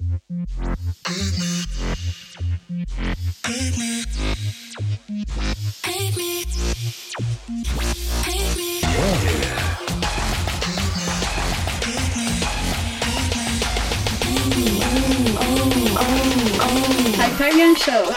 Hyperion Show.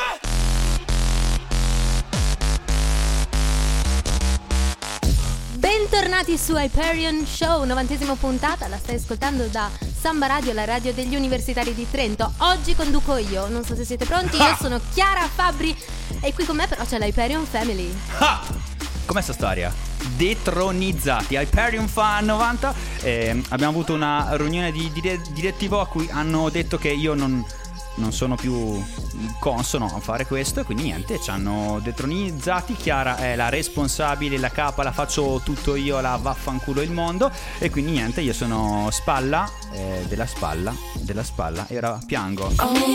Bentornati su Hyperion Show, 90ª puntata, la stai ascoltando da Samba Radio, la radio degli universitari di Trento. Oggi conduco io, non so se siete pronti, io sono Chiara Fabbri e qui con me però c'è l'Hyperion Family. Com'è sta storia? Detronizzati, Hyperion Fan 90. Abbiamo avuto una riunione di direttivo a cui hanno detto che io non sono più consono a fare questo e quindi niente, ci hanno detronizzati. Chiara è la responsabile, la capa, la faccio tutto io, la vaffanculo il mondo. E quindi niente, io sono spalla della spalla e ora piango.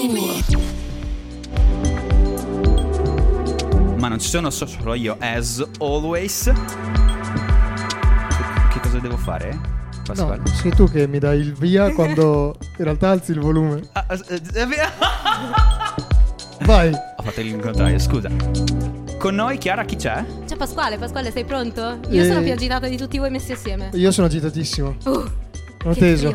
Ma non ci sono solo io, as always. Che cosa devo fare? Pasquale? No, sei tu che mi dai il via quando in realtà alzi il volume. Vai. Ho fatto il contrario, scusa. Con noi, Chiara, chi c'è? C'è Pasquale, sei pronto? Io sono più agitata di tutti voi messi assieme. Io sono agitatissimo. Sono che teso.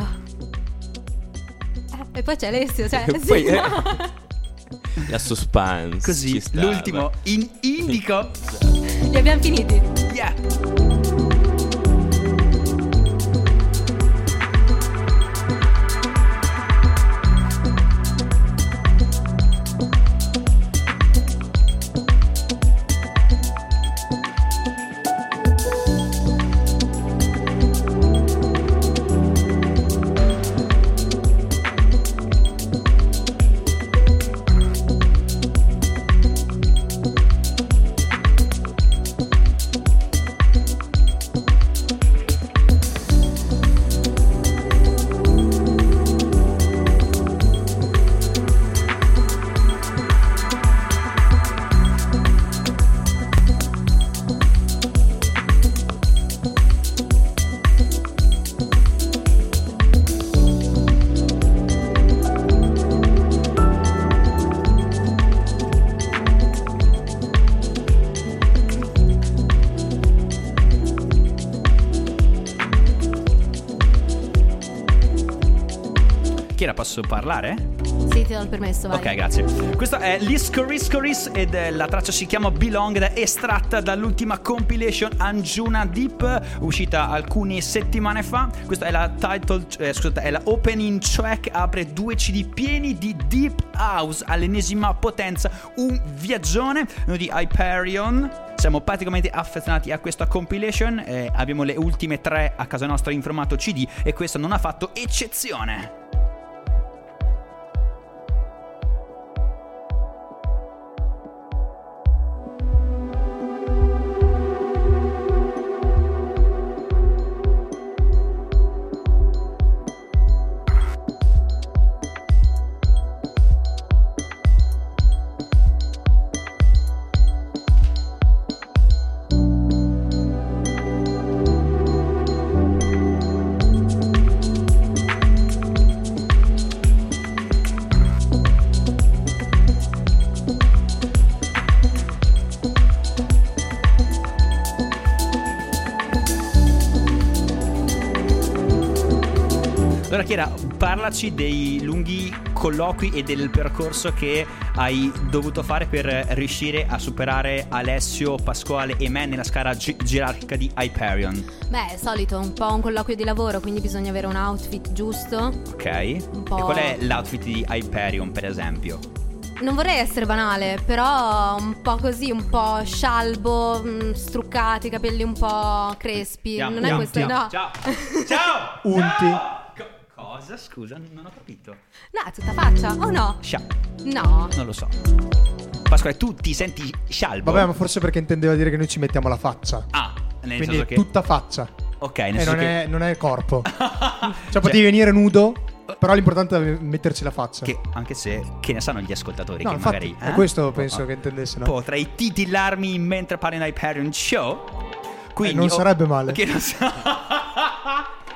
E poi c'è Alessio, cioè Poi, La suspense. Così, l'ultimo indico. Li abbiamo finiti. Yeah. Posso parlare? Sì, ti do il permesso, vai. Ok, grazie. Questa è Liscoris ed la traccia si chiama Belong ed è estratta dall'ultima compilation Anjuna Deep, uscita alcune settimane fa. Questa è la title, è la opening track, apre 2 CD pieni di deep house all'ennesima potenza, un viaggione. Noi di Hyperion siamo praticamente affezionati a questa compilation, abbiamo le ultime 3 a casa nostra in formato CD e questa non ha fatto eccezione. Allora Chiara, parlaci dei lunghi colloqui e del percorso che hai dovuto fare per riuscire a superare Alessio, Pasquale e me nella scala gerarchica di Hyperion. Beh, solito, un po' un colloquio di lavoro, quindi bisogna avere un outfit giusto. Ok. Un po'. E qual è l'outfit di Hyperion, per esempio? Non vorrei essere banale, però un po' così, un po' scialbo, struccati, capelli un po' crespi. Non è questo, no? Ciao. Ciao. Unti. Cosa? Scusa, non ho capito. No, è tutta faccia, o no? No. Non lo so. Pasquale, tu ti senti scialbo? Vabbè, ma forse perché intendeva dire che noi ci mettiamo la faccia. Ah, nel quindi senso è che tutta faccia. Ok, nel senso che non è corpo. Cioè potevi venire nudo, però l'importante è metterci la faccia. Che anche se che ne sanno gli ascoltatori, no, che infatti, magari è questo penso che intendesse, no? Potrei titillarmi mentre parlo in Hyperion Show. Quindi non sarebbe male. Che non so.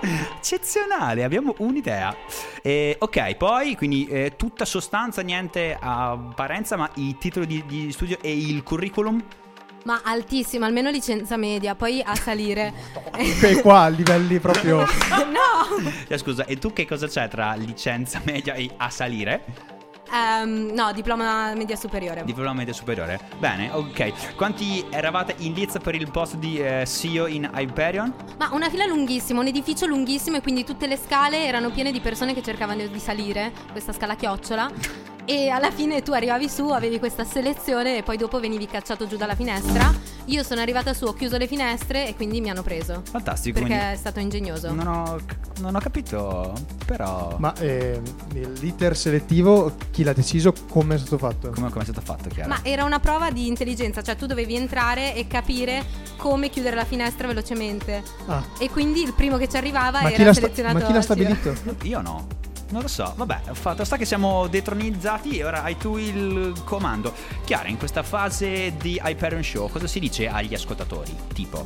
Eccezionale, abbiamo un'idea. Ok, poi quindi tutta sostanza, niente apparenza, ma i titoli di studio e il curriculum? Ma altissimo, almeno licenza media, poi a salire. Ok, qua a livelli proprio. No! Scusa, e tu che cosa c'è tra licenza media e a salire? No, diploma media superiore. Diploma media superiore. Bene, ok. Quanti eravate in lizza per il posto di CEO in Hyperion? Ma una fila lunghissima, un edificio lunghissimo, e quindi tutte le scale erano piene di persone che cercavano di salire questa scala a chiocciola. E alla fine tu arrivavi su, avevi questa selezione e poi dopo venivi cacciato giù dalla finestra. Io sono arrivata su, ho chiuso le finestre e quindi mi hanno preso. Fantastico. Perché quindi è stato ingegnoso. Non ho capito, però. Ma l'iter selettivo chi l'ha deciso? Come è stato fatto? Come è stato fatto, Chiara? Ma era una prova di intelligenza, cioè tu dovevi entrare e capire come chiudere la finestra velocemente. E quindi il primo che ci arrivava era selezionato. Ma chi l'ha stabilito? Io no. Non lo so, vabbè, fatto sta che siamo detronizzati e ora hai tu il comando. Chiara, in questa fase di Hyperion Show cosa si dice agli ascoltatori? Tipo?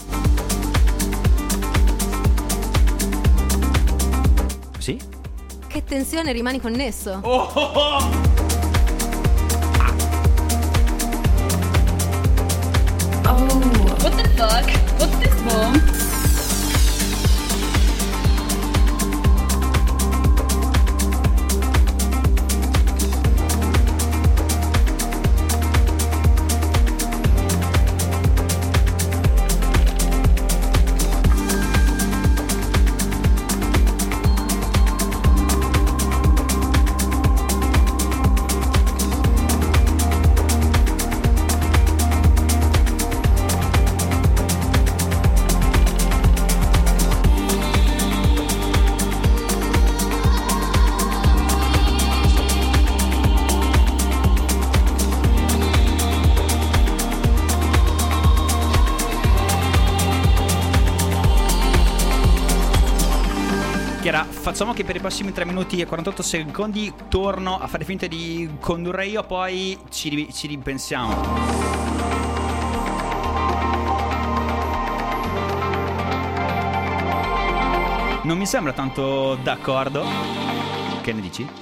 Sì? Che tensione, rimani connesso. What the fuck? What's this for? Facciamo che per i prossimi 3 minuti e 48 secondi torno a fare finta di condurre io, poi ci ripensiamo. Non mi sembra tanto d'accordo. Che ne dici?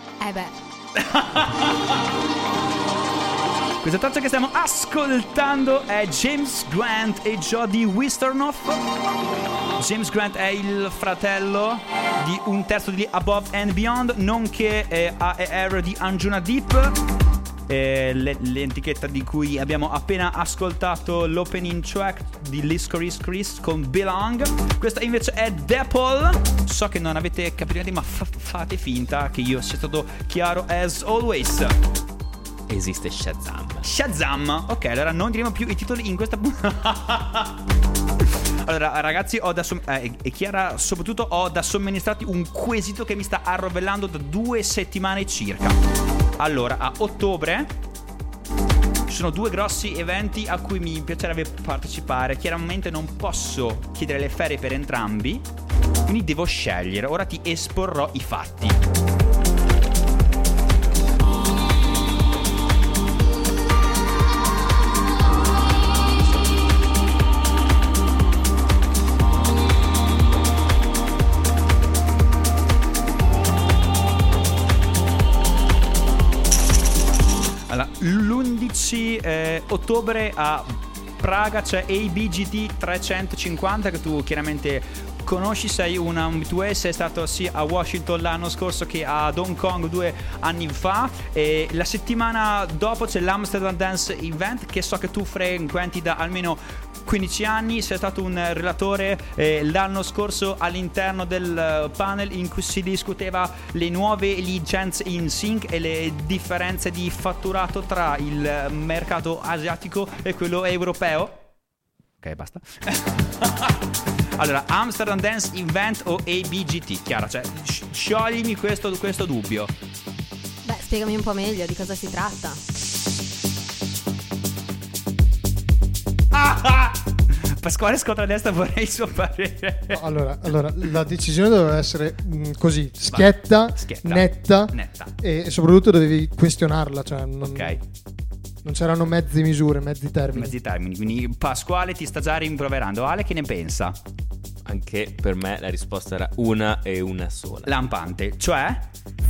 Questa traccia che stiamo ascoltando è James Grant e Jodie Wisternoff. James Grant è il fratello di un terzo di Above and Beyond, nonché AER di Anjuna Deep, l'etichetta di cui abbiamo appena ascoltato l'opening track di Liscoris Chris con Belong. Questa invece è Dapple. So che non avete capito niente, ma fate finta che io sia stato chiaro as always. Esiste Shazam. Ok, allora non diremo più i titoli in questa Allora ragazzi, e Chiara soprattutto, ho da somministrarti un quesito che mi sta arrovellando da 2 settimane circa. Allora, a ottobre ci sono 2 grossi eventi a cui mi piacerebbe partecipare. Chiaramente non posso chiedere le ferie per entrambi, quindi devo scegliere. Ora ti esporrò i fatti. L'11 ottobre a Praga c'è ABGT 350 che tu chiaramente conosci, sei un abitué, sei stato sia a Washington l'anno scorso che ad Hong Kong 2 anni fa, e la settimana dopo c'è l'Amsterdam Dance Event che so che tu frequenti da almeno 15 anni, sei stato un relatore l'anno scorso all'interno del panel in cui si discuteva le nuove licenze in sync e le differenze di fatturato tra il mercato asiatico e quello europeo. Ok, basta. Allora, Amsterdam Dance Event o ABGT? Chiara, cioè, scioglimi questo dubbio. Beh, spiegami un po' meglio di cosa si tratta. Pasquale scotra a destra, vorrei il suo parere. No, allora, la decisione doveva essere così, schietta, netta, e soprattutto dovevi questionarla, cioè non c'erano mezze misure, mezzi termini. Quindi Pasquale ti sta già rimproverando. Ale, che ne pensa? Anche per me la risposta era una e una sola. Lampante, cioè?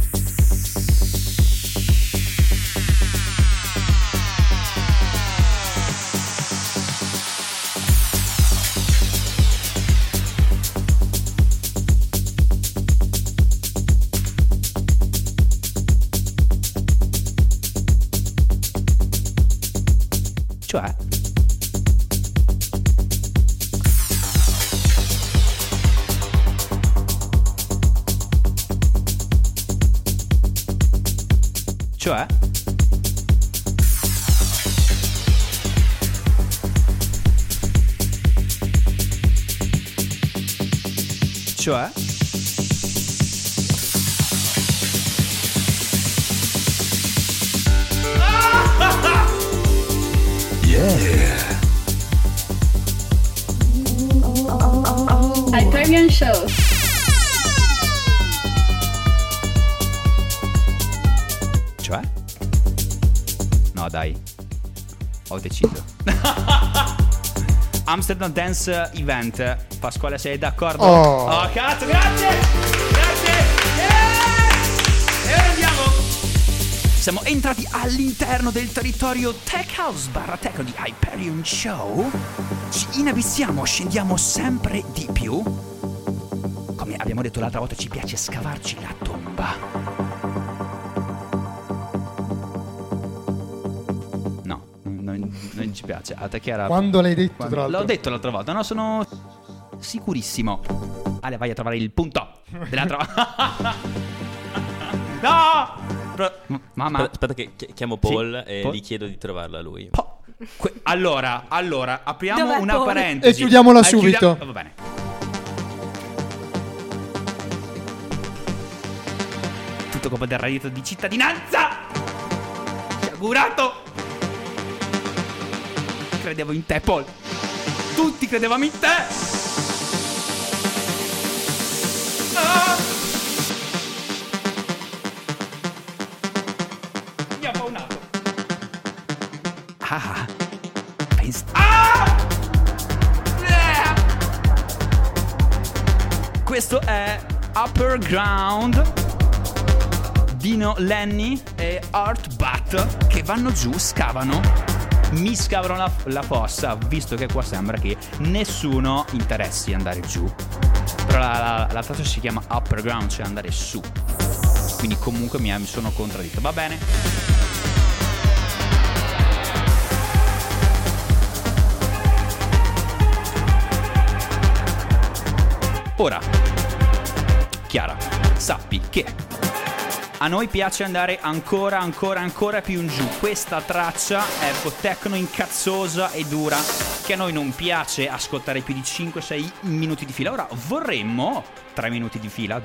Cioè? Cioè? Cioè? Hyperion Show. Cioè? No, dai. Ho deciso. Amsterdam Dance Event. Pasquale, sei d'accordo? Oh, cazzo, grazie! Grazie! E ora andiamo! Siamo entrati all'interno del territorio Tech House / Techno di Hyperion Show. Ci inabissiamo, scendiamo sempre di più. Come abbiamo detto l'altra volta, ci piace scavarci la tomba. Non ci piace. A te che era... Quando l'hai detto, tra l'altro? L'ho detto l'altra volta, no? Sono sicurissimo. Ale, vai a trovare il punto dell'altra volta. No! Mamma. Aspetta che chiamo Paul e gli chiedo di trovarla a lui. Allora, apriamo Dov'è una Paul? parentesi. E chiudiamola subito. Va bene. Tutto colpa del reddito di cittadinanza. Sciagurato. Credevo in te, Paul. Tutti credevamo in te. Mi ha faunato. Questo è Upper Ground. Dino Lenny e Art Bat che vanno giù, scavano. Mi scavano la fossa, visto che qua sembra che nessuno interessi andare giù. Però la traccia si chiama Upper Ground, cioè andare su. Quindi comunque mi sono contraddetto. Va bene. Ora, Chiara, sappi che a noi piace andare ancora più in giù. Questa traccia è techno incazzosa e dura, che a noi non piace ascoltare più di 5-6 minuti di fila. Ora vorremmo 3 minuti di fila.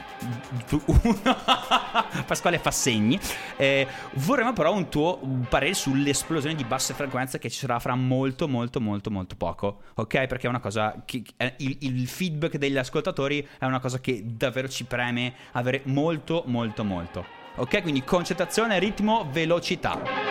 Pasquale fa segni. Vorremmo però un tuo parere sull'esplosione di basse frequenze che ci sarà fra molto poco. Ok? Perché è una cosa che il feedback degli ascoltatori è una cosa che davvero ci preme avere molto. Ok? Quindi concentrazione, ritmo, velocità.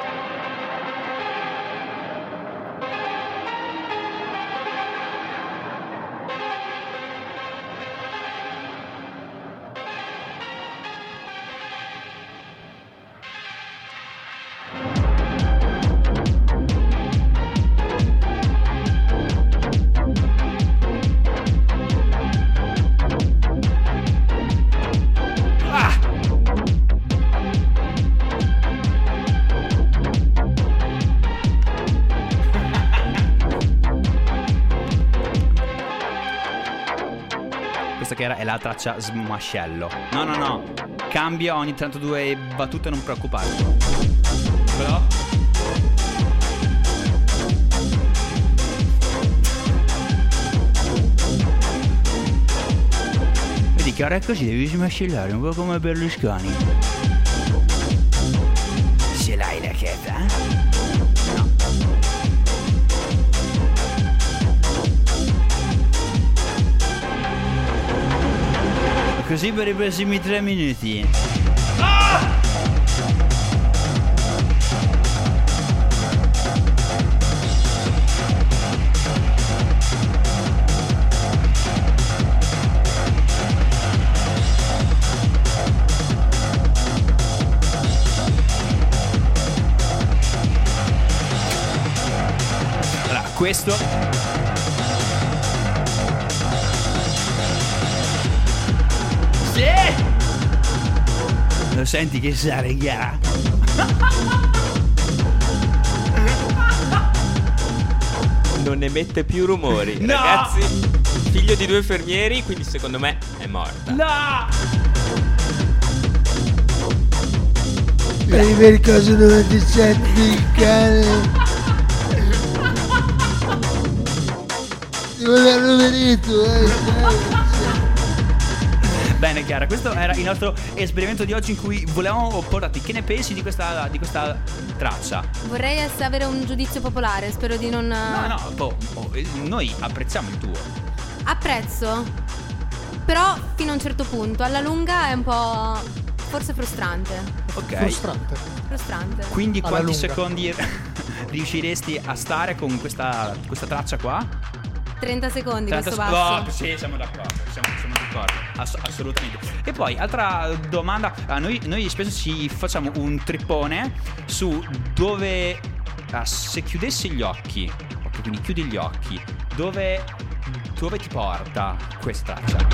Che è la traccia smascello. No. Cambia ogni tanto 2 battute, non preoccuparti. Però vedi che ora è così, devi smascellare un po' come Berlusconi. Ce l'hai la cheta, eh? No. Così per i prossimi 3 minuti. questo sì! Lo senti che sa, regà? Non emette più rumori. No! Ragazzi, figlio di 2 infermieri, quindi secondo me è morta. No! Per i veri cose 97 il cane. Ti vogliono venito, Bene Chiara, questo era il nostro esperimento di oggi in cui volevamo portarti. Che ne pensi di questa traccia? Vorrei avere un giudizio popolare, spero di non... Noi apprezziamo il tuo. Apprezzo, però fino a un certo punto. Alla lunga è un po' forse frustrante. Ok. Frustrante. Quindi Alla quanti lunga. secondi riusciresti a stare con questa traccia qua? 30 secondi 30 questo basso. sì, siamo d'accordo. Siamo d'accordo. Assolutamente. E poi, altra domanda. Noi spesso ci facciamo un trippone su dove se chiudessi gli occhi, ok, quindi chiudi gli occhi, dove ti porta questa traccia?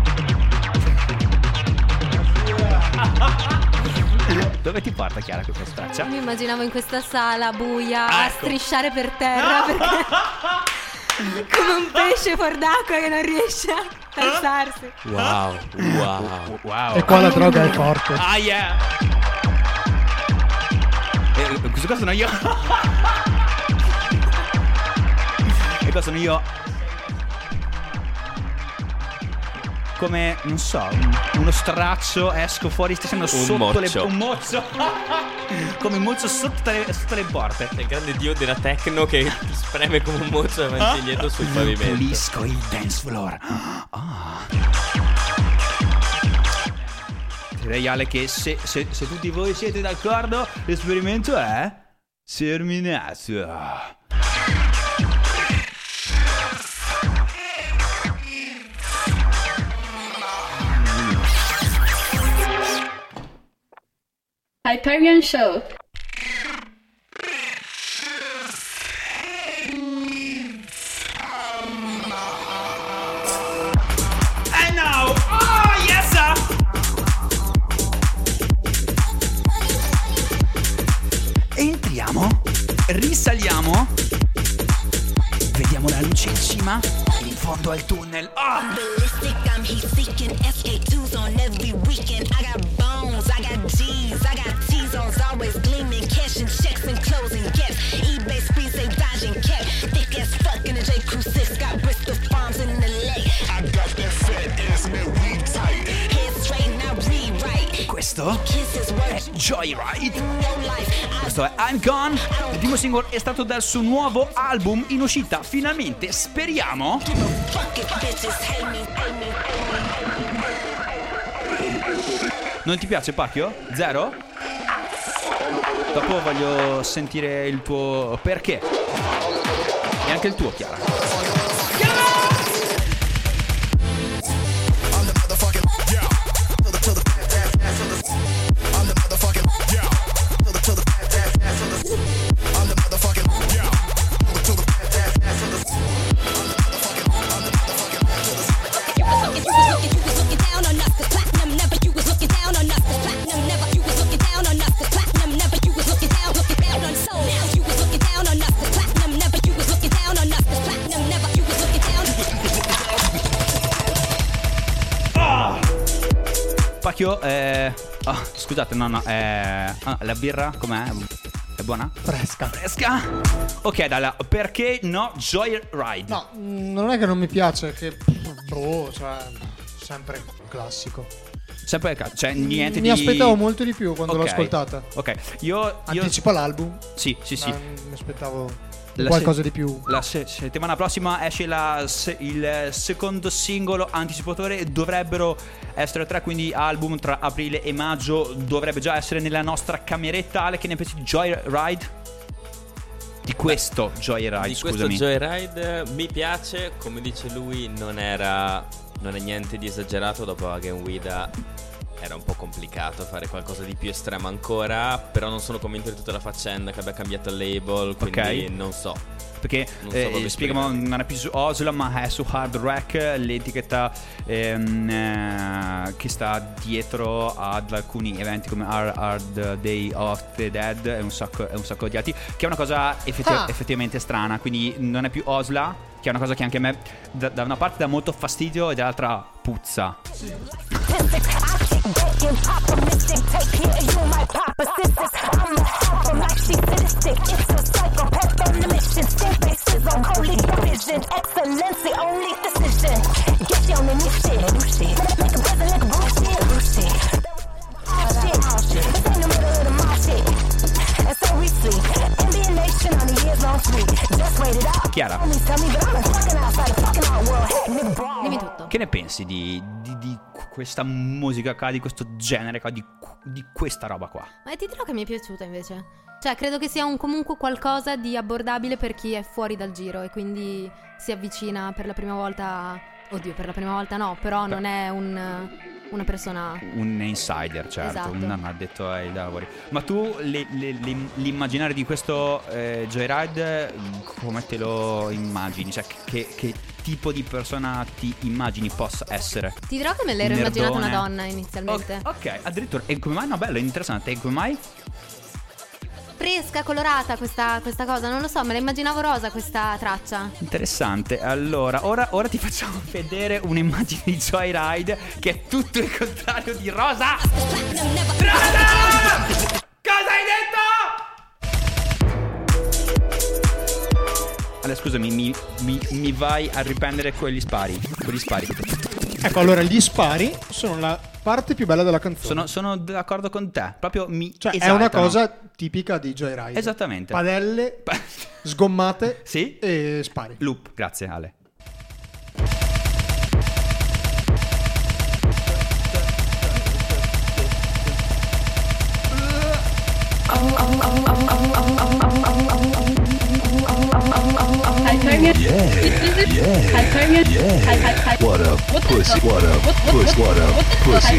Dove ti porta, Chiara, questa traccia? Mi immaginavo in questa sala buia a Ecco. strisciare per terra perché come un pesce fuor d'acqua che non riesce a alzarsi. Wow. E qua la droga è forte. Ah, yeah. Questo qua sono io. E qua sono io. Come, non so, uno straccio, esco fuori, stai sempre sotto moccio. un mozzo. Come un mozzo sotto le porte. È il grande dio della techno che ti spreme come un mozzo avanti e indietro sul pavimento. Pulisco il dance floor. Direi, Ale, che se tutti voi siete d'accordo, l'esperimento è terminato. Hyperion Show. And now, oh yes sir. Entriamo, risaliamo, vediamo la luce in cima, in fondo al tunnel. Ballistic, I'm heat seeking. SK2s on every weekend. I got bones, I got G's, I got T-zones always gleaming, cashing checks and closing gaps. eBay sprees, they dodging cap. Thick as fuck in the J Crew 6. Got Bristol Farms in the lake. I got that fat ass man, we tight. Head straight, now rewrite. Questo Kisses è words, Joyride. no life. Questo è I'm Gone. Il primo singolo è stato dal suo nuovo album in uscita. Finalmente, speriamo. Fuck it, bitches hate me, hate me, hate me. Non ti piace, Pacchio? Zero? Dopo voglio sentire il tuo perché. E anche il tuo, Chiara. Pacchio, scusate, no, la birra com'è? È buona? Fresca. Ok, dai, perché no Joyride? No, non è che non mi piace, che cioè sempre classico. Sempre cioè niente Mi di... aspettavo molto di più quando Ok. l'ho ascoltata. Ok, io Anticipa l'album. Sì. Mi aspettavo La qualcosa di più. La settimana prossima esce il secondo singolo anticipatore. Dovrebbero essere 3, quindi album tra aprile e maggio. Dovrebbe già essere nella nostra cameretta. Ale, che ne pensi di Joyride? Di questo Joyride, Di scusami. questo Joyride mi piace, come dice lui, non è niente di esagerato. Dopo Again Wida era un po' complicato fare qualcosa di più estremo ancora, però non sono convinto di tutta la faccenda, che abbia cambiato il label, quindi Ok. non so. perché spieghiamo, non è più su Oslo ma è su Hard Rack, l'etichetta che sta dietro ad alcuni eventi come Hard Day of the Dead, è un sacco odiati, che è una cosa effettivamente strana, quindi non è più Oslo, che è una cosa che anche a me da una parte dà molto fastidio e dall'altra puzza. Chiara, dimmi tutto. che ne pensi di questa musica qua, di questo genere qua, di questa roba qua? Ma ti dirò che mi è piaciuta invece. Cioè, credo che sia comunque qualcosa di abbordabile per chi è fuori dal giro e quindi si avvicina per la prima volta. Oddio, per la prima volta no, però non è una persona, un insider, certo, esatto. Un addetto ai lavori. Ma tu l'immaginario di questo Joyride come te lo immagini? Cioè che tipo di persona ti immagini possa essere? Ti dirò che me l'ero immaginata una Nerdone? donna inizialmente. Ok, addirittura. E come mai? No, bello, interessante. E come mai? Fresca, colorata questa cosa, non lo so, me la immaginavo rosa questa traccia. Interessante. Allora, ora ti facciamo vedere un'immagine di Joyride che è tutto il contrario di rosa. Rosa! Cosa hai detto? Allora, scusami, mi vai a riprendere quegli spari. Ecco, allora gli spari sono la parte più bella della canzone. Sono d'accordo con te. Proprio cioè, esaltano. è una cosa tipica di Joyride. Esattamente. Padelle, sgommate sì? E spari. Loop, grazie Ale. What up, pussy? What up, pussy? What up, pussy?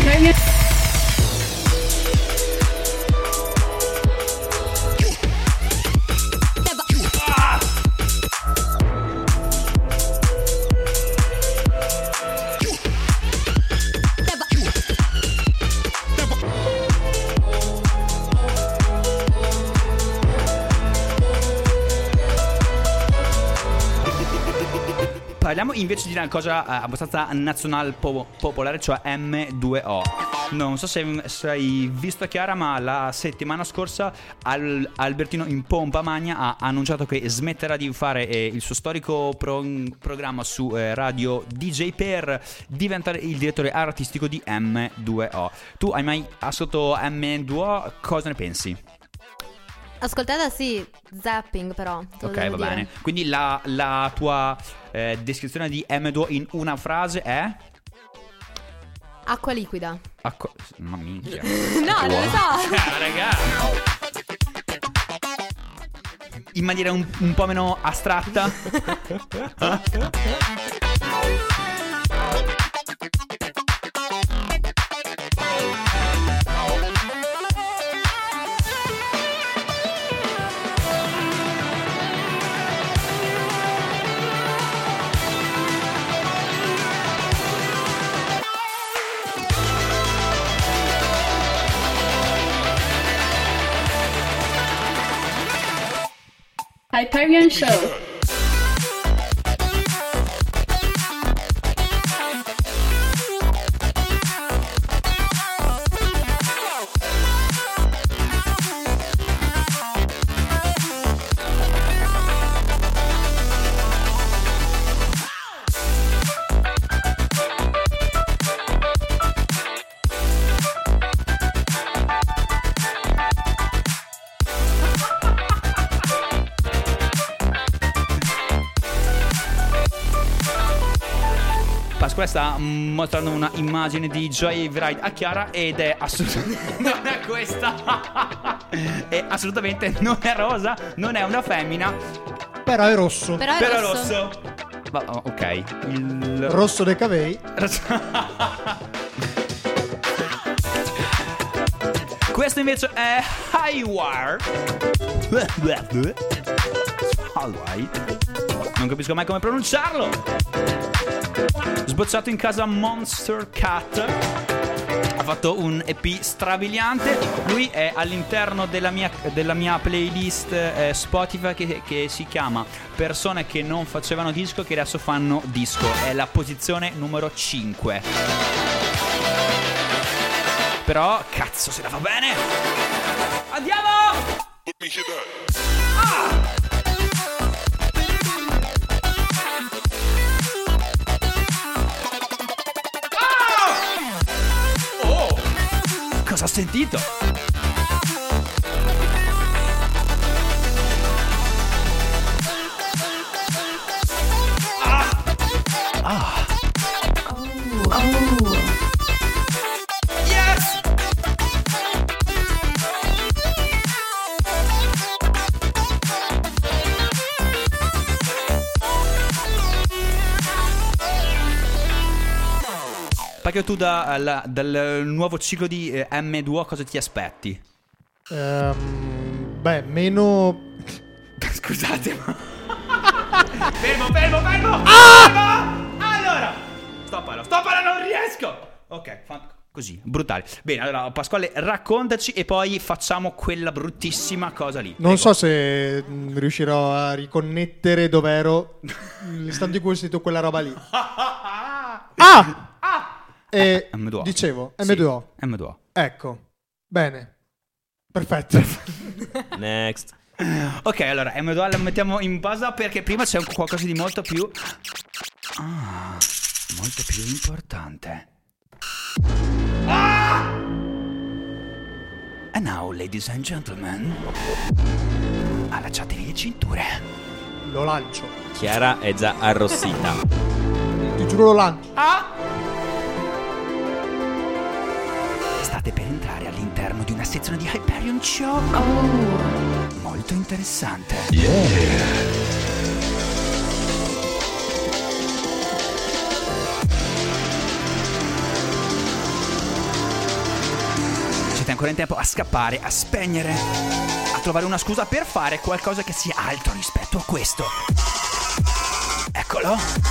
Parliamo invece di una cosa abbastanza nazional popolare, cioè M2O. Non so se hai visto, Chiara, ma la settimana scorsa Albertino in pompa magna ha annunciato che smetterà di fare il suo storico programma su radio DJ per diventare il direttore artistico di M2O. Tu hai mai ascoltato M2O? Cosa ne pensi? Ascoltata sì, zapping però. Ok, va bene. Quindi la tua descrizione di M2O in una frase è? Acqua liquida. Ma minchia. No, non lo so. Raga. In maniera un po' meno astratta. Hyperion Show. Pasquale sta mostrando una immagine di Joyride a Chiara ed è assolutamente non è questa. E assolutamente non è rosa, non è una femmina. Però è rosso. Però è rosso. Ok. Il rosso dei cavei. Questo invece è Highwire. Galway, non capisco mai come pronunciarlo. Sbocciato in casa Monster Cat, ha fatto un EP strabiliante. Lui è all'interno della mia playlist Spotify che si chiama Persone che non facevano disco che adesso fanno disco. È la posizione numero 5. Però cazzo se la fa bene. Andiamo! Cosa ho sentito? Yes! Perché tu dal nuovo ciclo di M2 cosa ti aspetti? Meno. Scusate, ma... fermo! Allora, stoppala, non riesco. Ok, così, brutale. Bene, allora Pasquale, raccontaci e poi facciamo quella bruttissima cosa lì. Non so se riuscirò a riconnettere dov'ero l'istante in cui ho sentito quella roba lì. E M2. dicevo M2O. Sì, M2O. Ecco, bene, perfetto. Next. Ok, allora M2O la mettiamo in pausa perché prima c'è qualcosa di molto più importante. And now, ladies and gentlemen, allacciatevi le cinture. Lo lancio. Chiara è già arrossita. Ti giuro lo lancio. State per entrare all'interno di una sezione di Hyperion Show molto interessante. Siete ancora in tempo a scappare, a spegnere, a trovare una scusa per fare qualcosa che sia altro rispetto a questo. Eccolo.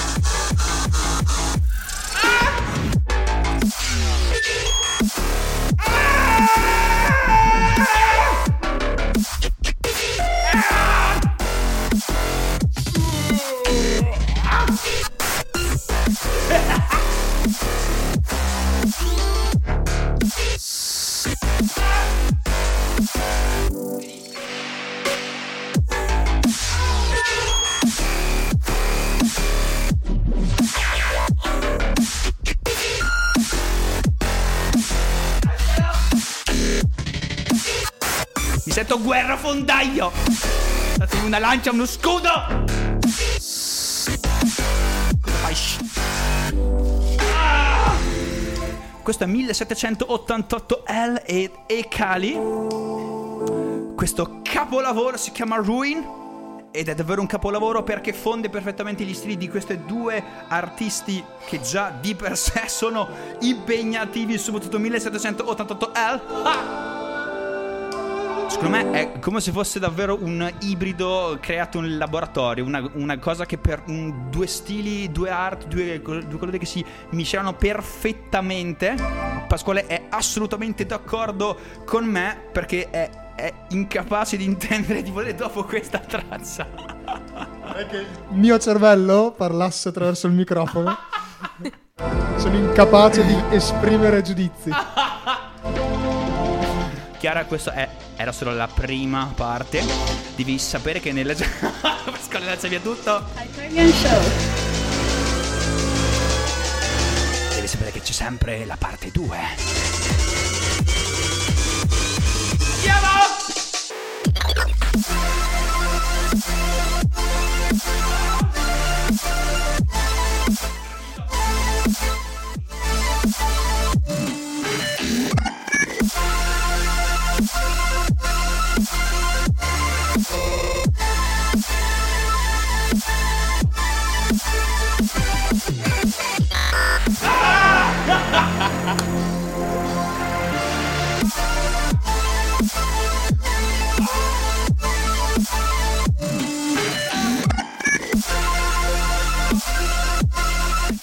Mi sento guerrafondaio. Datemi una lancia, uno scudo. Cosa fai? Questo è 1788L e Kali. Questo capolavoro si chiama Ruin. Ed è davvero un capolavoro perché fonde perfettamente gli stili di questi due artisti che già di per sé sono impegnativi, soprattutto 1788L. Secondo me è come se fosse davvero un ibrido creato in laboratorio, una cosa che per due stili, due art, due colori che si miscelano perfettamente. Pasquale è assolutamente d'accordo con me perché è incapace di intendere di volere dopo questa traccia. È che il mio cervello parlasse attraverso il microfono. Sono incapace di esprimere giudizi. Chiara, questa era solo la prima parte. Devi sapere che nella Pasquale lancia via tutto. Hyperion Show. Devi sapere che c'è sempre la parte 2. Andiamo!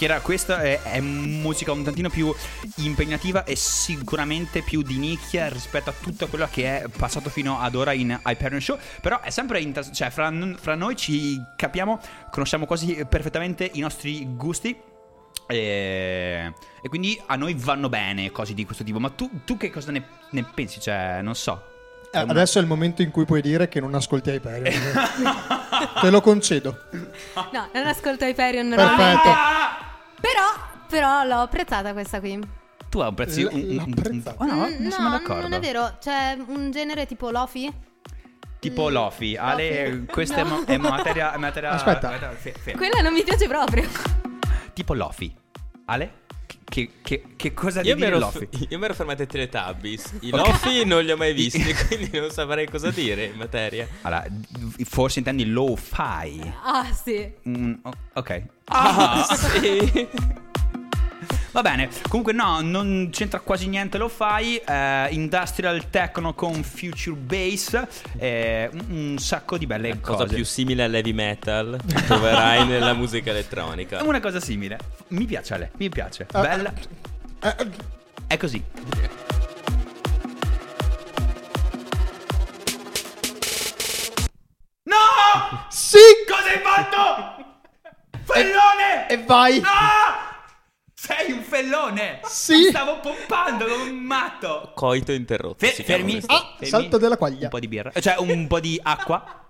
Chiara, questa è musica un tantino più impegnativa e sicuramente più di nicchia rispetto a tutto quello che è passato fino ad ora in Hyperion Show. Però è sempre cioè fra noi ci capiamo, conosciamo quasi perfettamente i nostri gusti. E quindi a noi vanno bene cose di questo tipo. Ma tu che cosa ne pensi? Cioè, non so. Adesso è il momento in cui puoi dire che non ascolti Hyperion. Te lo concedo. No, non ascolto Hyperion Perfetto. Però l'ho apprezzata questa qui. Tu apprezzi L'ho apprezzata. Oh no, non sono d'accordo. Non è vero. C'è un genere tipo lofi. Tipo Lofi. Ale, questa è materia. Aspetta. Quella non mi piace proprio. Tipo Lofi. Ale? Che cosa Io devi dire Lofi? Io mi ero fermato ai Teletubbies. I Lofi non li ho mai visti, quindi non saprei cosa dire in materia. Allora, forse intendi lo-fi. Ah, sì. Ok. Sì. Va bene, comunque no, non c'entra quasi niente lo-fi. Industrial techno con future bass, un sacco di belle cose. Cosa più simile all'heavy metal troverai nella musica elettronica. Una cosa simile. Mi piace Ale, mi piace. Bella. È così. No! Sì! Cosa hai fatto? Fellone! E vai! No! Sei un fellone! Sì! Mi stavo pompando come un matto! Coito interrotto. si chiama Fermi. questo. Fermi. Salto della quaglia. Un po' di birra. Cioè, un po' di acqua.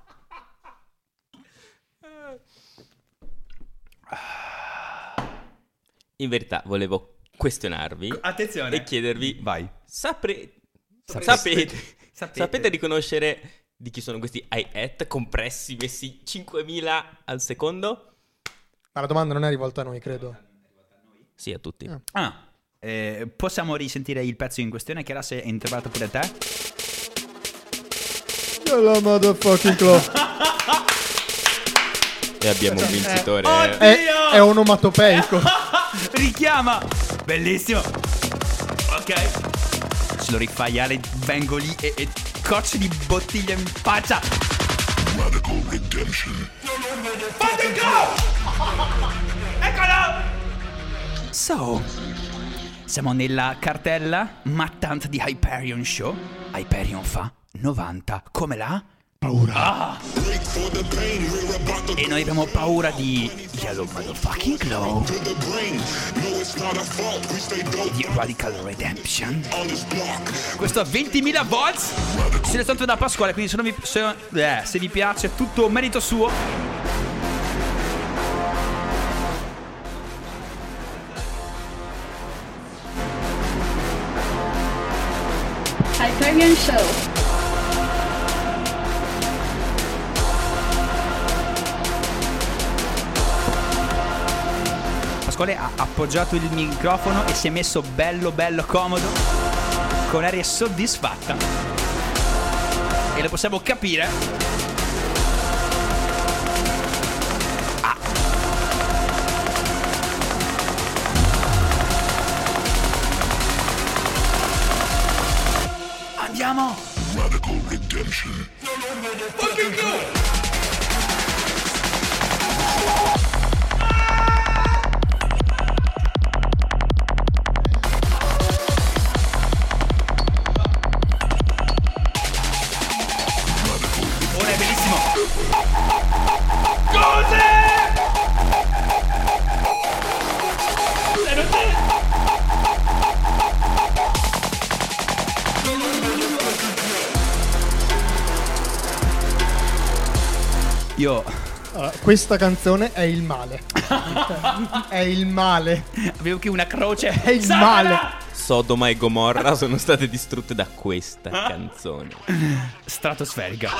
In verità volevo questionarvi. Attenzione. E chiedervi: Vai. Sapete riconoscere di chi sono questi hi-hat compressi messi 5000 al secondo? Ma la domanda non è rivolta a noi, credo. Sì, a tutti. Possiamo risentire il pezzo in questione? Che era se è interpretato pure te? La motherfucking claw. E abbiamo un vincitore. È onomatopeico. Richiama. Bellissimo. Ok. Se lo rifai Ale, vengo lì e cocce di bottiglia in faccia. Radical Redemption. Fate il go! Eccolo! So, siamo nella cartella mattante di Hyperion Show. Hyperion fa 90. Come la? Paura. E noi abbiamo paura di Yellow Motherfucking Claw, di Radical Redemption. Questo a 20.000 volts, selezionato da Pasquale, quindi se vi piace è tutto merito suo. Hyperion Show. Pasquale ha appoggiato il microfono e si è messo bello comodo, con aria soddisfatta, e lo possiamo capire. Andiamo. Radical Redemption. Fucking go. Ora è bellissimo. Cos'è? Allora, questa canzone è il male. È il male. Avevo qui una croce. È il male. Sodoma e Gomorra sono state distrutte da questa canzone. Stratosferica.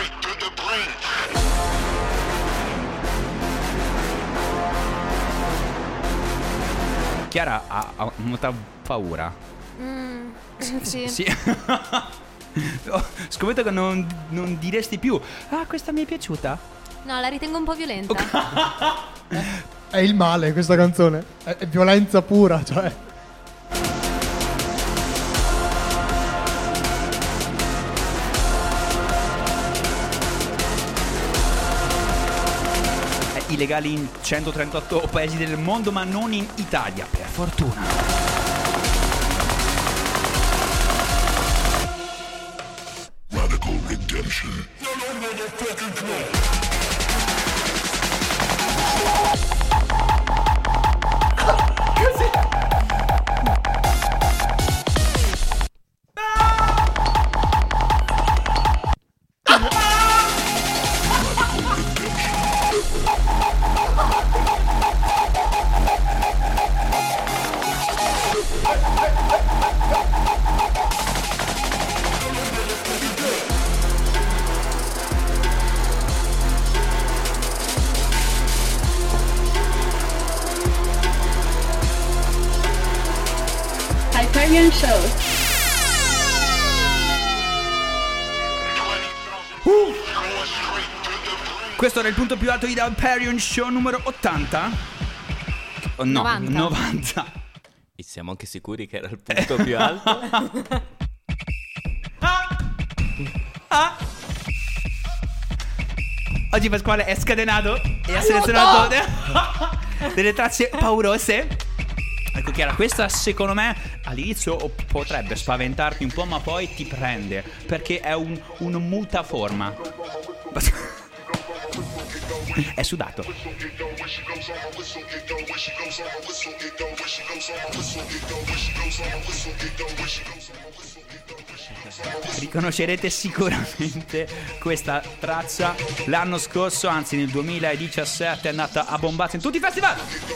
Chiara ha molta paura. Sì. Sì. Scommetto che non diresti più: ah, questa mi è piaciuta. No, la ritengo un po' violenta. È il male questa canzone. È violenza pura, cioè. illegali in 138 paesi del mondo, ma non in Italia, per fortuna. Hyperion Show. Questo era il punto più alto di Hyperion Show numero 80? Oh, no, 90. E siamo anche sicuri che era il punto più alto? Oggi Pasquale è scatenato e ha selezionato delle tracce paurose. Ecco Chiara, questa secondo me all'inizio potrebbe spaventarti un po', ma poi ti prende, perché è un mutaforma. È sudato. Riconoscerete sicuramente questa traccia. L'anno scorso, anzi nel 2017, è andata a bombazzo in tutti i festival.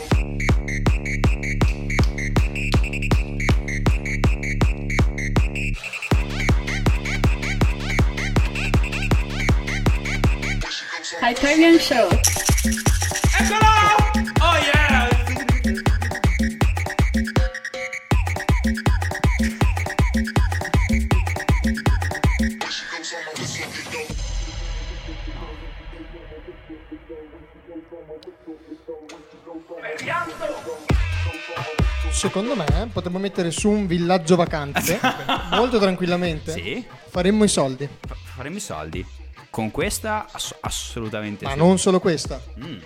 Hyperion Show. Eccolo! Oh yeah! Secondo me potremmo mettere su un villaggio vacanze molto tranquillamente. Sì. Faremmo i soldi. Faremmo i soldi. Con questa assolutamente Ma sì. non solo questa.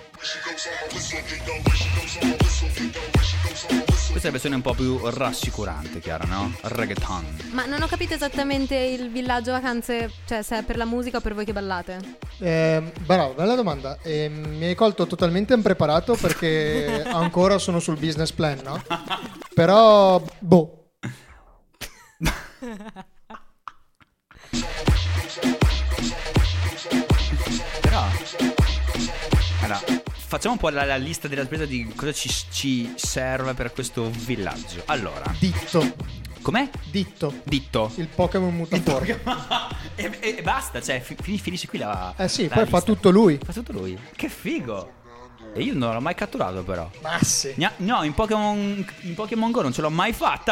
Questa è la versione un po' più rassicurante, Chiara, no? Reggaeton. Ma non ho capito esattamente il villaggio vacanze, cioè se è per la musica o per voi che ballate. Bravo, bella domanda. Mi hai colto totalmente impreparato perché ancora sono sul business plan, no? Però, boh. Però allora, facciamo un po' la lista della spesa di cosa ci serve per questo villaggio. Allora, Ditto. com'è? Ditto. Ditto. Il Pokémon mutaforma. e basta, cioè finisce qui la Sì, la poi lista. fa tutto lui. Fa tutto lui. Che figo. E io non l'ho mai catturato però. Ma sì. No, in Pokémon Go non ce l'ho mai fatta.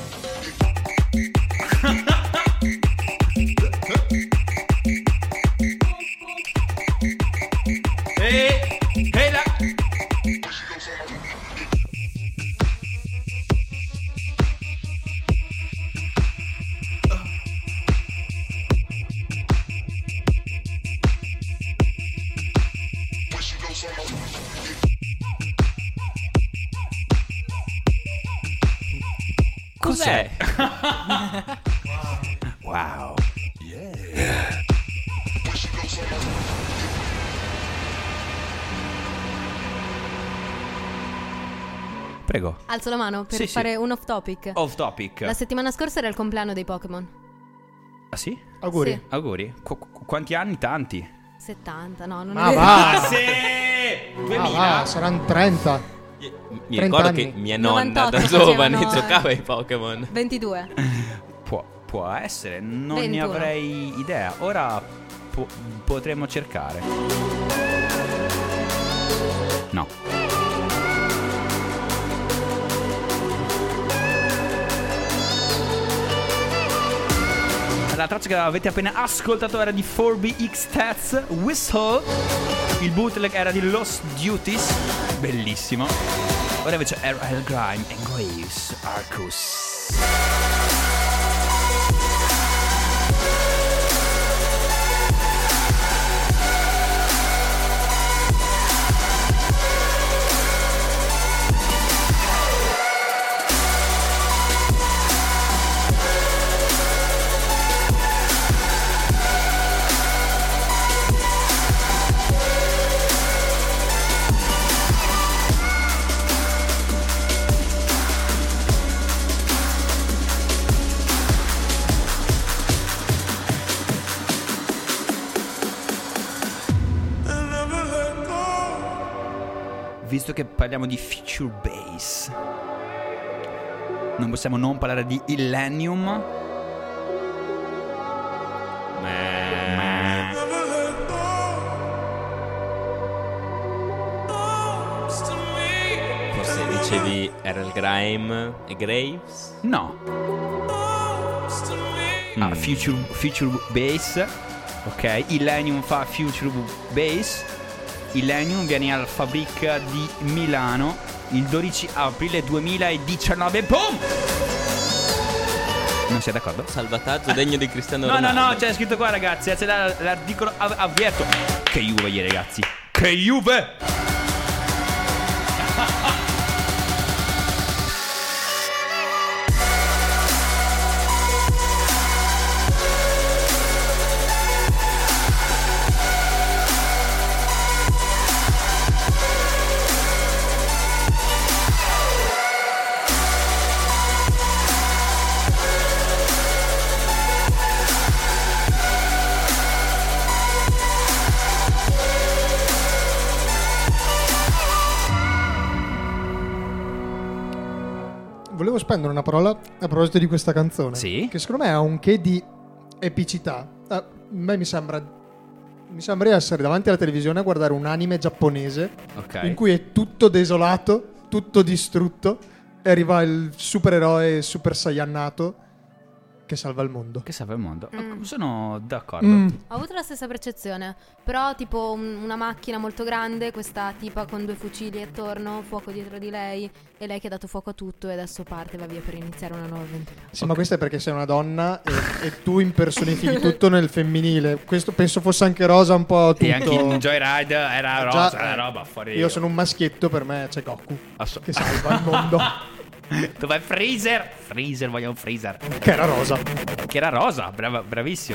E la... Cos'è? Wow. Prego. Alzo la mano per Sì, fare sì. un off topic. Off topic. La settimana scorsa era il compleanno dei Pokémon. Ah sì? Auguri. Sì. Auguri. Quanti anni? Tanti. 70, no, non Ma è vero. va. sì! 2000. Va, saranno 30. Mi 30 ricordo anni. che mia nonna 98 da giovane facevano, giocava ai Pokémon. 22. Può essere, non ne 21. avrei idea. Ora potremmo cercare. No. La traccia che avete appena ascoltato era di 4BX Whistle. Il bootleg era di Lost Duties. Bellissimo. Ora invece R.L. Grime e Graves Arcus. visto che parliamo di Future Bass, non possiamo non parlare di Illenium. Forse dicevi Errol Grime e Graves? No. Future Bass. Ok, Illenium fa Future Bass. Illenium viene al Fabric di Milano il 12 aprile 2019. Boom! Non sei d'accordo? Salvataggio degno di Cristiano Ronaldo. No, c'è scritto qua, ragazzi. C'è l'articolo avvierto. Che Juve, ragazzi. Che Juve! Volevo spendere una parola a proposito di questa canzone. Sì. Che secondo me ha un che di epicità. A me mi sembra essere davanti alla televisione a guardare un anime giapponese, okay, in cui è tutto desolato, tutto distrutto, e arriva il supereroe super saiyannato che salva il mondo. Sono d'accordo. Ho avuto la stessa percezione. Però tipo una macchina molto grande, questa tipa con 2 fucili attorno, fuoco dietro di lei, e lei che ha dato fuoco a tutto e adesso parte, va via per iniziare una nuova avventura. Sì, ma questo è perché sei una donna e tu impersonifichi tutto nel femminile. Questo penso fosse anche rosa un po' tutto. E anche in Joyride era rosa. Già, la roba fuori. Io sono un maschietto, per me c'è Goku che salva il mondo. Dov'è Freezer? Freezer, voglio un Freezer. Che era rosa. Bravissimo.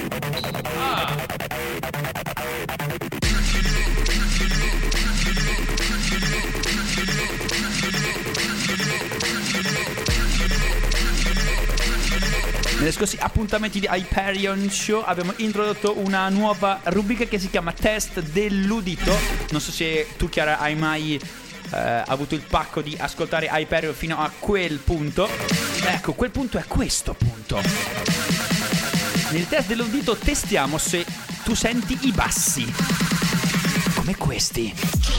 Negli scorsi appuntamenti di Hyperion Show abbiamo introdotto una nuova rubrica che si chiama Test dell'udito. Non so se tu, Chiara, hai mai avuto il pacco di ascoltare Hyperion fino a quel punto. Ecco, quel punto è questo punto. Nel test dell'udito testiamo se tu senti i bassi, come questi.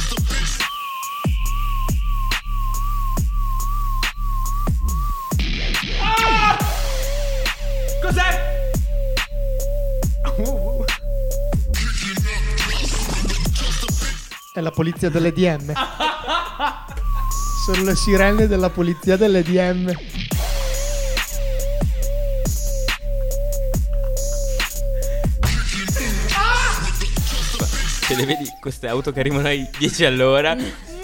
Ah! Cos'è? È la polizia dell'EDM. Sono le sirene della polizia dell'EDM. Se le vedi queste auto che arrivano ai 10 all'ora,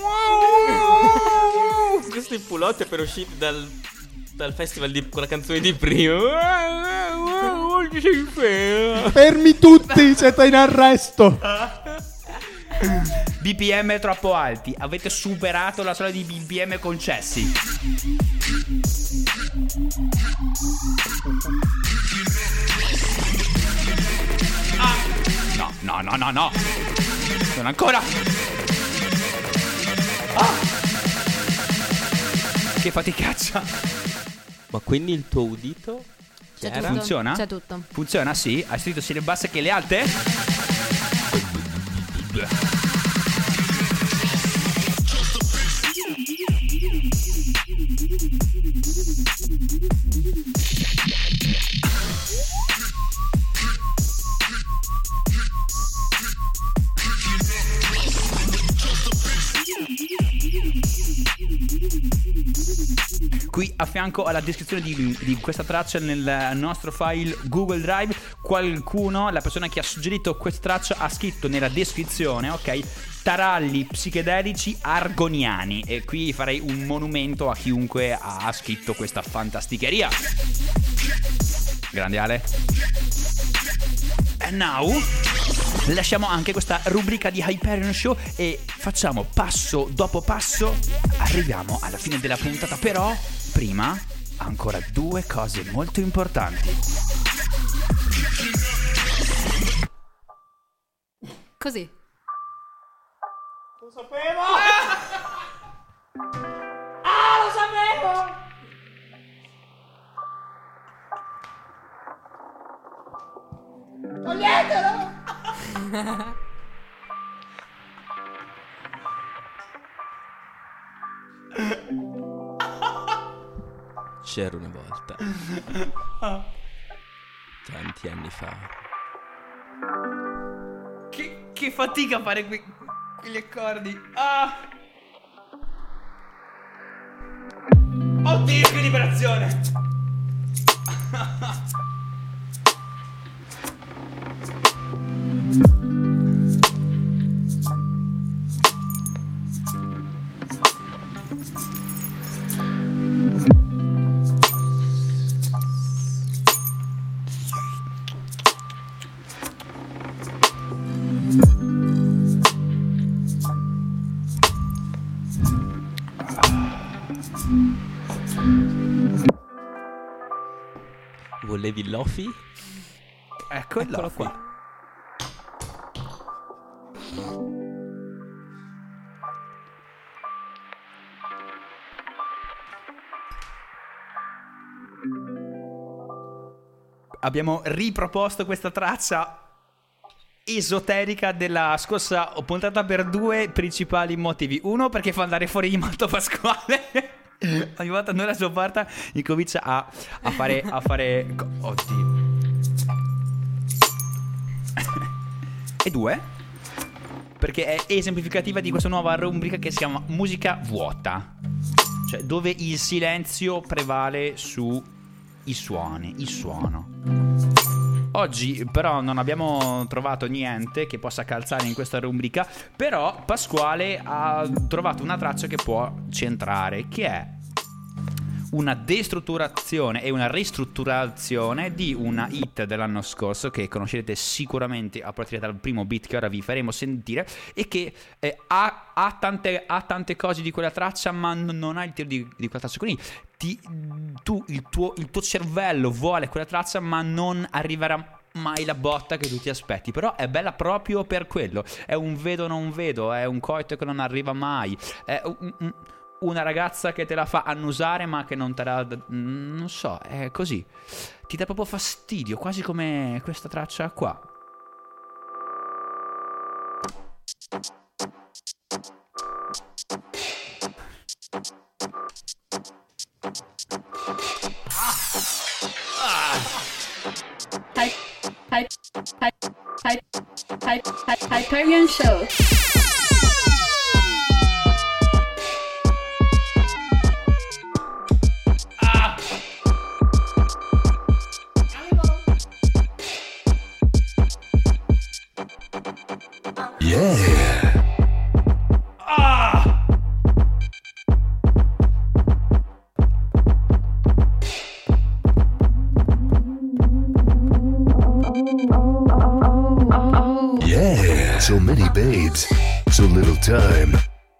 questi pulotte per uscire dal festival con la canzone di prima. Fermi tutti, siete in arresto. BPM troppo alti. Avete superato la soglia di BPM concessi. No. Non ancora. Che faticaccia. Ma quindi il tuo udito funziona? C'è tutto. Funziona, sì. Hai sentito sia le basse che le alte? Qui a fianco alla descrizione di questa traccia nel nostro file Google Drive, qualcuno, la persona che ha suggerito questa traccia, ha scritto nella descrizione, ok, taralli psichedelici argoniani, e qui farei un monumento a chiunque ha scritto questa fantasticheria. Grande Ale. And now lasciamo anche questa rubrica di Hyperion Show e facciamo passo dopo passo. Arriviamo alla fine della puntata, però prima ancora 2 cose molto importanti. Così. Lo sapevo! Toglietelo! C'era una volta, tanti anni fa. Che fatica fare quegli accordi. Ah! Oddio, che liberazione! Volevi Lofi? Eccolo qua. Abbiamo riproposto questa traccia esoterica della scorsa puntata per due principali motivi. Uno, perché fa andare fuori di matto Pasquale. Ogni volta noi la sopporta, incomincia a fare oddio. E due, perché è esemplificativa di questa nuova rubrica che si chiama musica vuota, cioè dove il silenzio prevale su i suoni, il suono. Oggi però non abbiamo trovato niente che possa calzare in questa rubrica, però Pasquale ha trovato una traccia che può centrare, che è una destrutturazione e una ristrutturazione di una hit dell'anno scorso che conoscerete sicuramente a partire dal primo beat che ora vi faremo sentire, e che ha tante cose di quella traccia, ma non ha il tiro di quella traccia. Quindi il tuo cervello vuole quella traccia, ma non arriverà mai la botta che tu ti aspetti. Però è bella proprio per quello. È un vedo non vedo, è un coito che non arriva mai, è una ragazza che te la fa annusare ma che non te la... non so, è così. Ti dà proprio fastidio, quasi come questa traccia qua. Hyperion Show. So many babes, so little time.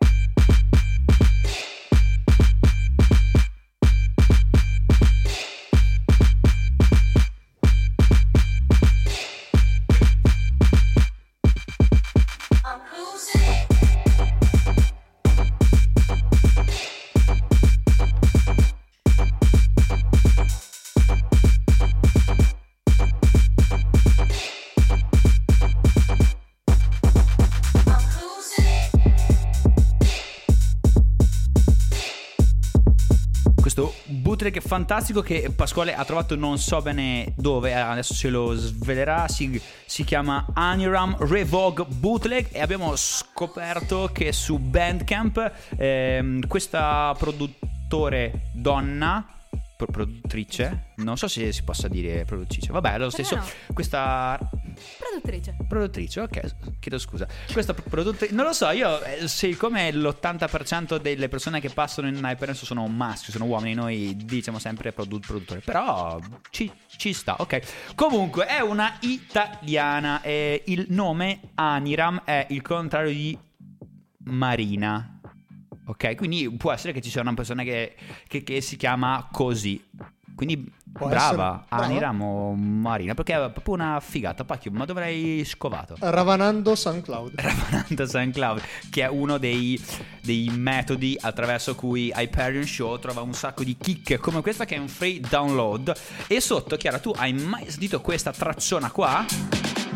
Bootleg è fantastico che Pasquale ha trovato non so bene dove, adesso ce lo svelerà. Si chiama Aniram Revogue Bootleg e abbiamo scoperto che su Bandcamp questa produttore donna, produttrice, non so se si possa dire produttrice, vabbè, è lo stesso, no. Questa produttrice, ok, chiedo scusa. Questa produttrice, non lo so, io siccome l'80% delle persone che passano in Hyperion sono maschi, sono uomini, noi diciamo sempre produttore, però ci sta, ok. Comunque è una italiana e il nome Aniram è il contrario di Marina. Ok, quindi può essere che ci sia una persona che si chiama così. Quindi può brava, Aniram o Marina, perché è proprio una figata. Pacchio, ma dovrei scovato. Ravanando SoundCloud, che è uno dei metodi attraverso cui Hyperion Show trova un sacco di chicche come questa, che è un free download. E sotto, Chiara, tu hai mai sentito questa tracciona qua?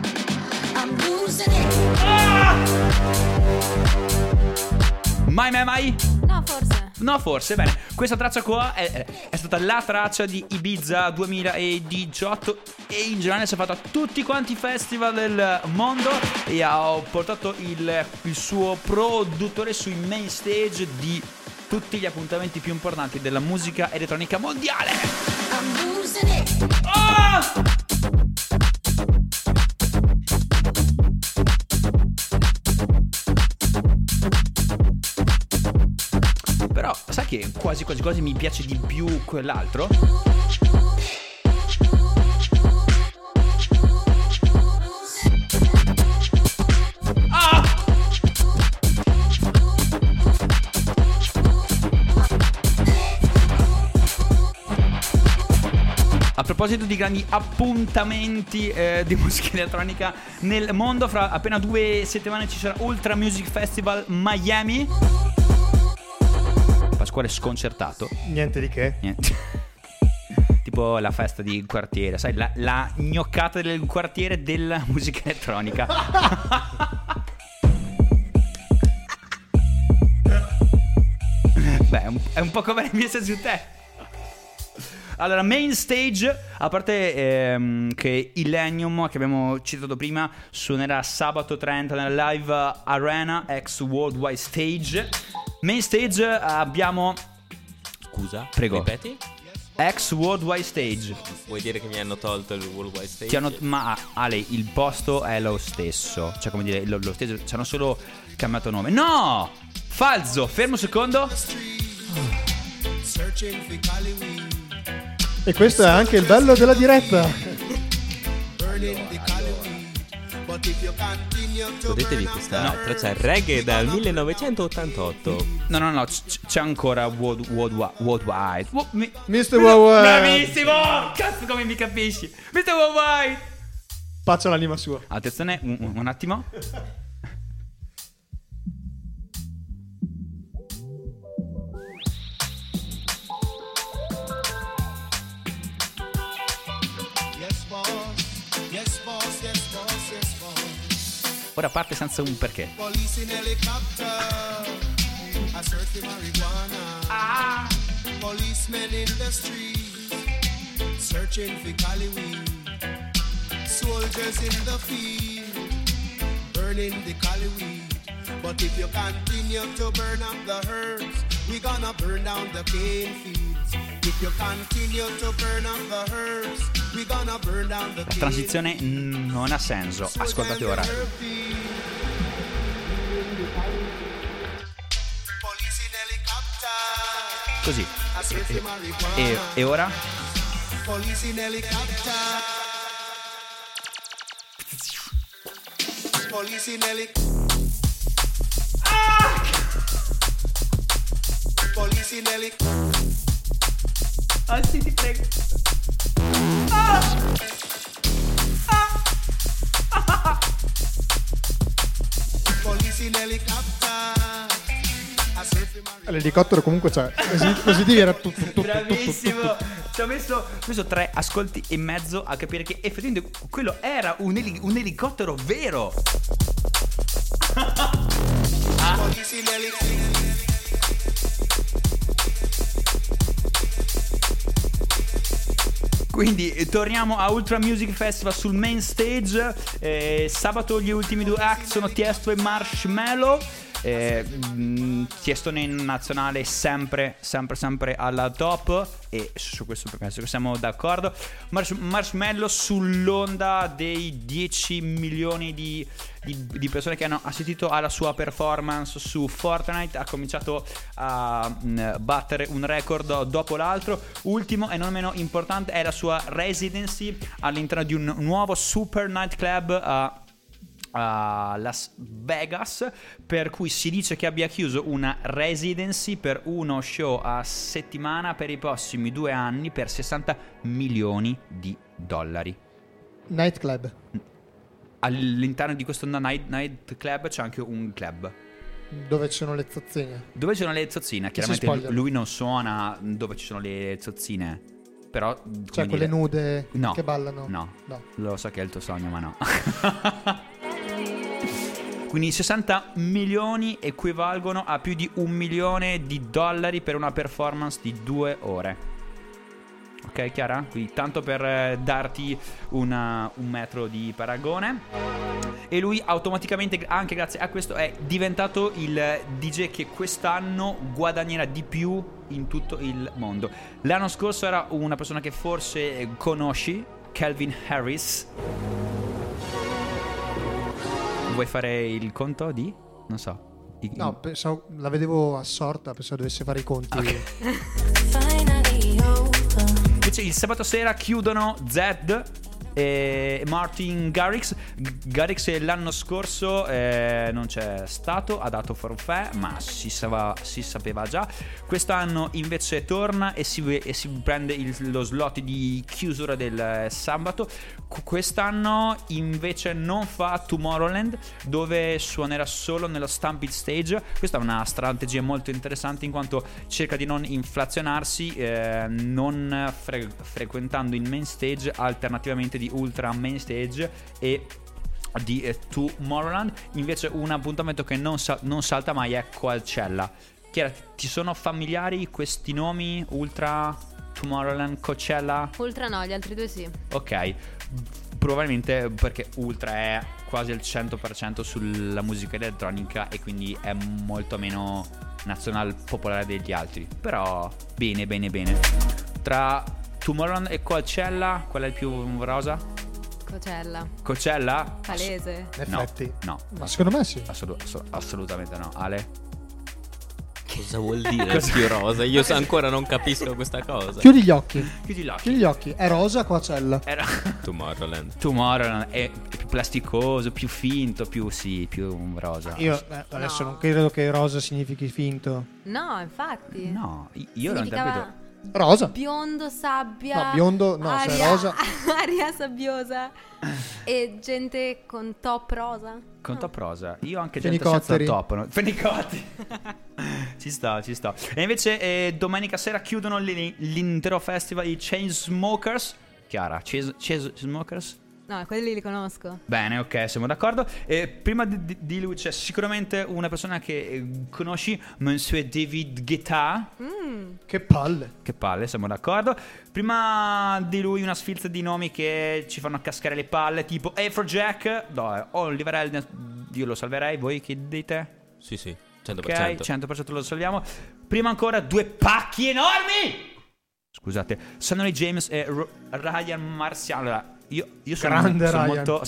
Mai? No, forse. No, forse, bene. Questa traccia qua è stata la traccia di Ibiza 2018 e in generale si è fatta a tutti quanti i festival del mondo e ha portato il suo produttore sui main stage di tutti gli appuntamenti più importanti della musica elettronica mondiale. Oh! Però sai che quasi mi piace di più quell'altro? A proposito di grandi appuntamenti di musica elettronica nel mondo, fra appena 2 settimane ci sarà Ultra Music Festival Miami. Pasquale sconcertato. Niente di che. Niente. Tipo la festa di quartiere, sai, la gnoccata del quartiere della musica elettronica. Beh, è un po' come le mie su te. Allora, main stage, a parte che Illenium, che abbiamo citato prima, suonerà sabato 30 nella Live Arena ex Worldwide Stage. Main stage abbiamo... Scusa, prego. Ripeti? Ex Worldwide Stage. Vuoi dire che mi hanno tolto il Worldwide Stage? Ma Ale, il posto è lo stesso. Cioè, come dire, lo stage ci hanno solo cambiato nome. No! Falso, fermo un secondo. E questo è anche il bello della diretta. Godetevi questa traccia reggae dal 1988. No, c'è ancora Worldwide. Mr. Worldwide. Bravissimo! Cazzo, come mi capisci? Mr. Worldwide. Faccia l'anima sua. Attenzione, un attimo. Ora parte senza un perché. Ah. Policemen in the street searching for Cali weed. Soldiers in the field burning the Cali weed. But if you continue to burn up the herbs, we gonna burn down the cane fields. If you continue to burn up the herbs, we gonna burn down the cane. La transizione non ha senso. Ascoltate ora. Così. E ora? Police in helicopter. Police in helicopter. Police in helicopter. Ah sì, ti prego. Police in helicopter. L'elicottero comunque c'è. Così era bravissimo. Ci ho messo 3 ascolti e mezzo a capire che effettivamente quello era un elicottero vero. Quindi torniamo a Ultra Music Festival sul main stage. Sabato gli ultimi 2 act sono Tiesto e Marshmello. Tiesto in nazionale sempre alla top, e su questo penso che siamo d'accordo. Marshmello sull'onda dei 10 milioni di persone che hanno assistito alla sua performance su Fortnite ha cominciato a battere un record dopo l'altro. Ultimo e non meno importante è la sua residency all'interno di un nuovo super nightclub a Las Vegas, per cui si dice che abbia chiuso una residency per uno show a settimana per i prossimi 2 anni per $60 milioni. Nightclub. All'interno di questo nightclub c'è anche un club dove ci sono le zozzine. Chiaramente lui non suona dove ci sono le zozzine, però cioè quelle nude no, che ballano. no, lo so che è il tuo sogno, ma no. Quindi 60 milioni equivalgono a più di $1 milione per una performance di 2 ore. Ok, Chiara? Quindi tanto per darti un metro di paragone. E lui automaticamente, anche grazie a questo, è diventato il DJ che quest'anno guadagnerà di più in tutto il mondo. L'anno scorso era una persona che forse conosci, Calvin Harris. Vuoi fare il conto di? Non so. No, pensavo, la vedevo assorta, pensavo dovesse fare i conti. Okay. Invece il sabato sera chiudono Zedd e Martin Garrix. Garrix l'anno scorso non c'è stato, ha dato forfait, ma si sapeva già. Quest'anno invece torna e si prende lo slot di chiusura del sabato. Quest'anno invece non fa Tomorrowland, dove suonerà solo nello Stampede Stage. Questa è una strategia molto interessante, in quanto cerca di non inflazionarsi, non frequentando il main stage, alternativamente di Ultra Main Stage e di Tomorrowland. Invece un appuntamento che non salta mai è Coachella. Chiara, ti sono familiari questi nomi? Ultra, Tomorrowland, Coachella? Ultra no, gli altri due sì. Ok, probabilmente perché Ultra è quasi al 100% sulla musica elettronica e quindi è molto meno nazional popolare degli altri. Però bene. Tra Tomorrowland e Coachella, qual è il più rosa? Coachella? Palese. In effetti. No. Ma secondo me sì. Assolutamente no. Ale? Cosa vuol dire più rosa? Io ancora non capisco questa cosa. Chiudi gli occhi. È rosa Coachella. Tomorrowland è più plasticoso, più finto, più rosa. Io adesso non credo che rosa significhi finto. No, infatti. No, io non ho capito. Rosa. Biondo, sabbia. No, biondo, no, aria, se è rosa. Aria sabbiosa. E gente con top rosa. Con top rosa. Io anche Fenicotteri. gente senza top, no? Fenicotteri. Ci sta. E invece domenica sera chiudono l'intero festival i Chainsmokers. Chiara, Chainsmokers? No, quelli li conosco. Bene, ok, siamo d'accordo. Prima di lui c'è sicuramente una persona che conosci, Monsieur David Guetta. Che palle, siamo d'accordo. Prima di lui una sfilza di nomi che ci fanno cascare le palle, tipo Afrojack, Oliver Heldens, io lo salverei, voi che dite? Sì, 100%. Ok, 100% lo salviamo. Prima ancora due pacchi enormi! Scusate, Sonny James e Ryan Marciano. Allora, io sono molto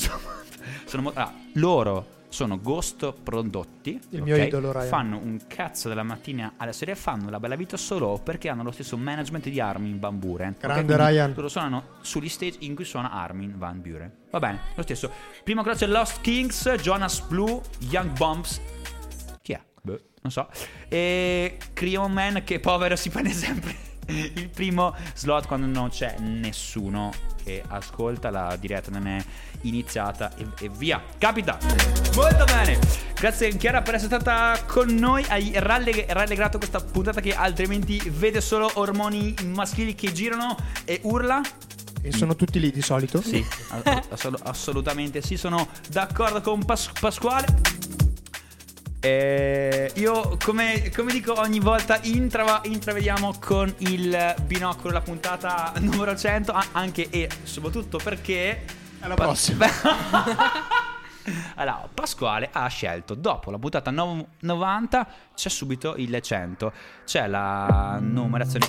loro sono Ghost Prodotti, il mio idolo Ryan. Fanno un cazzo dalla mattina alla sera, fanno la bella vita solo perché hanno lo stesso management di Armin van Buuren. Grande Ryan. Loro suonano sugli stage in cui suona Armin van Buuren. Va bene, lo stesso. Prima ancora c'è Lost Kings, Jonas Blue, Young Bumps. Chi è? Non so. E Cryon Man, che povero si prende sempre il primo slot quando non c'è nessuno che ascolta, la diretta non è iniziata e via. Capita. Molto bene. Grazie Chiara per essere stata con noi. Hai rallegrato questa puntata che altrimenti vede solo ormoni maschili che girano e urla. E sono tutti lì di solito? Sì, assolutamente sì, sono d'accordo con Pasquale. Io come dico ogni volta intravediamo con il binocolo la puntata numero 100, anche e soprattutto perché alla prossima. Allora, Pasquale ha scelto, dopo la puntata 90 c'è subito il 100, c'è la numerazione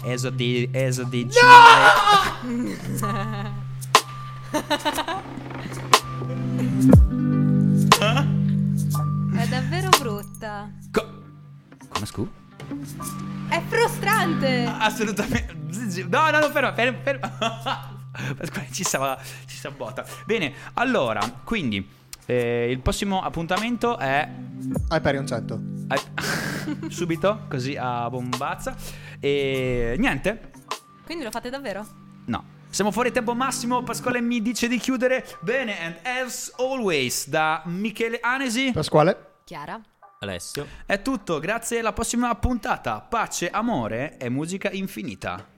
È davvero brutta. Come scu? È frustrante. Assolutamente. No, fermo. Ci sabota. Bene, allora, quindi il prossimo appuntamento è Hyperion 100. Subito, così a bombazza. E niente. Quindi lo fate davvero? No. Siamo fuori tempo massimo, Pasquale mi dice di chiudere. Bene, and as always, da Michele Anesi, Pasquale, Chiara, Alessio. è tutto, grazie, alla prossima puntata. Pace, amore e musica infinita.